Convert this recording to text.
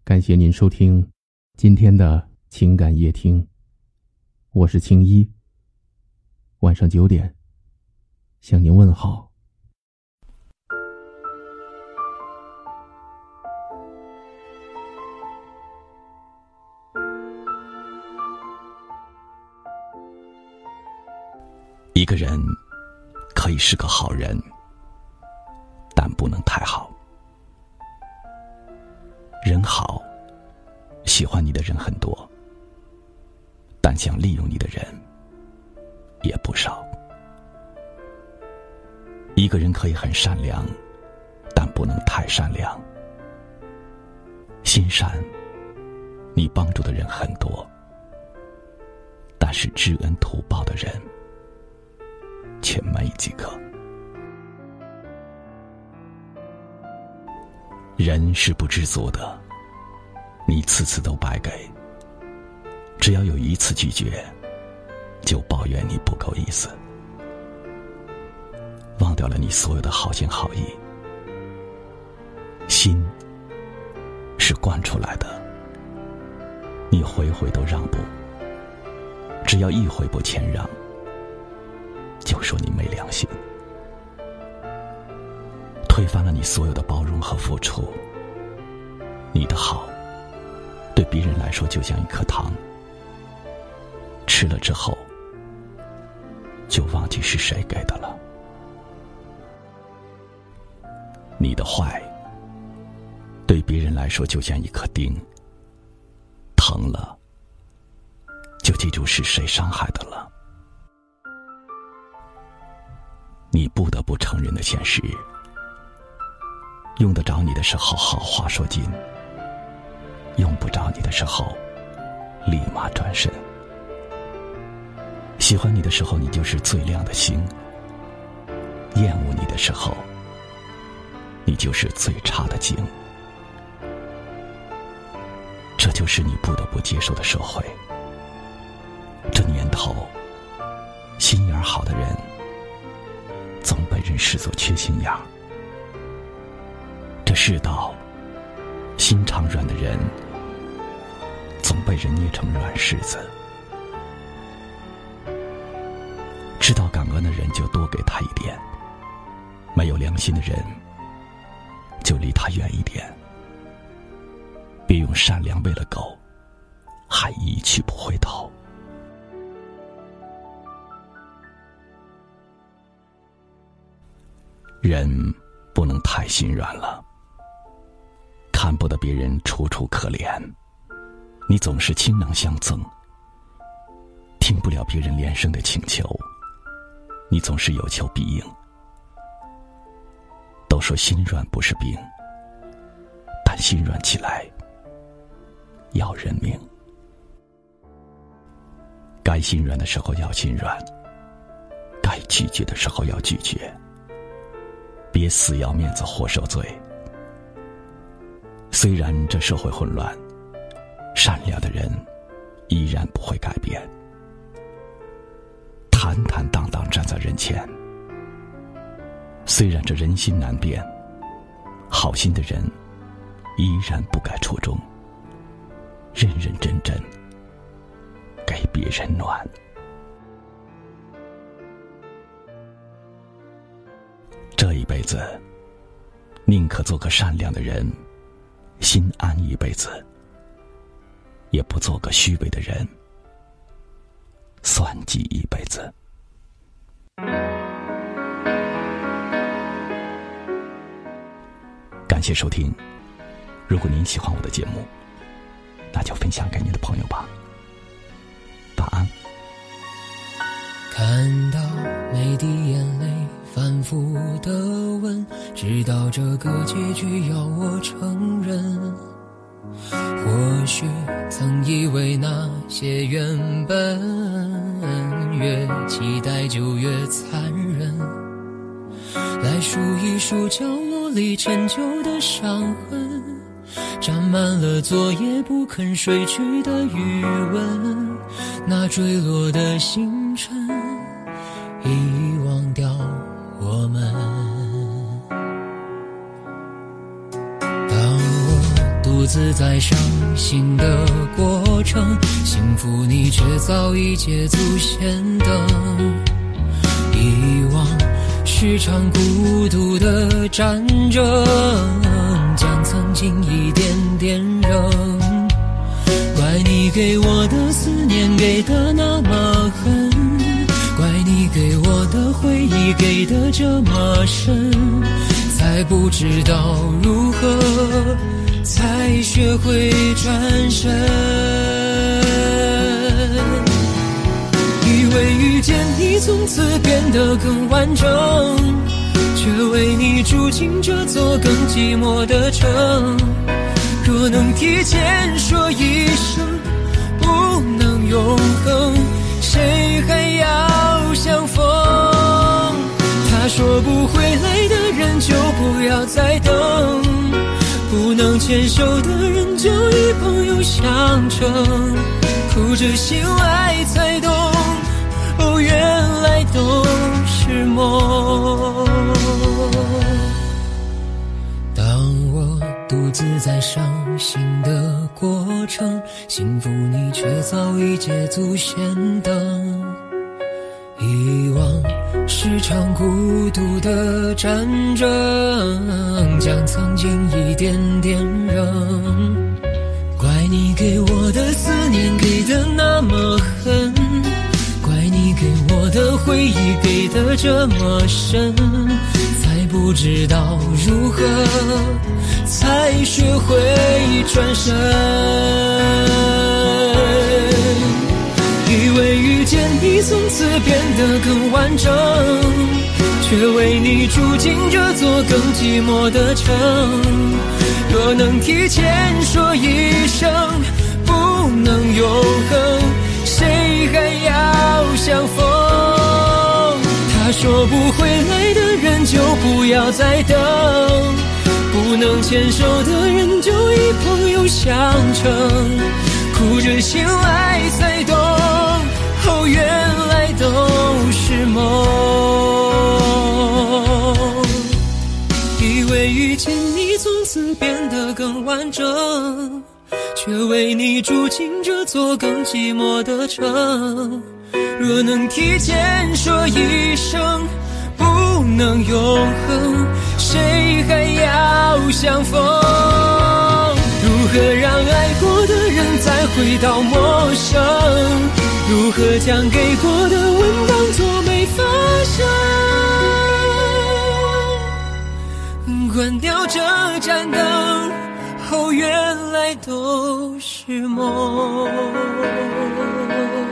感谢您收听今天的情感夜听，我是青衣，晚上9点向您问好。 一个人可以是个好人，但不能太好。人好，喜欢你的人很多，但想利用你的人也不少。一个人可以很善良，但不能太善良。心善，你帮助的人很多，但是知恩图报的人却没几个。人是不知足的，你次次都白给，只要有一次拒绝，就抱怨你不够意思，忘掉了你所有的好心好意。心是惯出来的，你回回都让步，只要一回不谦让，就说你没良心，推翻了你所有的包容和付出。你的好对别人来说就像一颗糖，吃了之后就忘记是谁给的了。你的坏对别人来说就像一颗钉，疼了就记住是谁伤害的了。你不得不承认的现实，用得着你的时候好话说尽，用不着你的时候立马转身。喜欢你的时候你就是最亮的星，厌恶你的时候你就是最差的景。这就是你不得不接受的社会。这年头，心眼好的人总被人视作缺心眼儿。这世道，心肠软的人总被人捏成软柿子。知道感恩的人就多给他一点，没有良心的人就离他远一点。别用善良喂了狗，还一去不回头。人不能太心软了，看不得别人楚楚可怜，你总是倾囊相赠；听不了别人连声的请求，你总是有求必应。都说心软不是病，但心软起来要人命。该心软的时候要心软，该拒绝的时候要拒绝，别死要面子活受罪。虽然这社会混乱，善良的人依然不会改变，坦坦荡荡站在人前。虽然这人心难变，好心的人依然不改初衷，认认真真给别人暖。这一辈子，宁可做个善良的人，心安一辈子，也不做个虚伪的人，算计一辈子。感谢收听，如果您喜欢我的节目，那就分享给你的朋友吧。晚安。 看到每滴眼泪反复的问，直到这个结局要我承认。或许曾以为那些原本越期待就越残忍，来数一数角落里陈旧的伤痕，沾满了昨夜不肯睡去的余温，那坠落的星辰遗忘掉我们。当我独自在伤心的过程，幸福你却早已捷足先登。遗忘是场孤独的战争，将曾经一点点扔。怪你给我的思念给的那么狠，怪你给我的回忆给的这么深，才不知道如何才学会转身。以为遇见你从此变得更完整，却为你住进这座更寂寞的城。若能提前说一声不能永恒，谁还要相逢？他说不回来的人就不要再等，不能牵手的人就以朋友相称。哭着醒来才懂，哦，原来都是梦。当我独自在伤心的过程，幸福你却早已捷足先登。遗忘是场孤独的战争，将曾经一点点扔。怪你给我的思念给的那么狠，怪你给我的回忆给的这么深，才不知道如何才学会转身。以为遇见你从此变得更完整，却为你住进这座更寂寞的城。若能提前说一声不能永恒，谁还要相逢？他说不回来的人就不要再等，不能牵手的人就以朋友相称。哭着醒来才懂，哦，原来都是梦。以为遇见你从此变得更完整，却为你住进这座更寂寞的城。若能提前说一声不能永恒，谁还要相逢？如何让爱过的人再回到陌生？如何将给过的吻当作没发生？关掉这盏灯，哦，原来都是梦。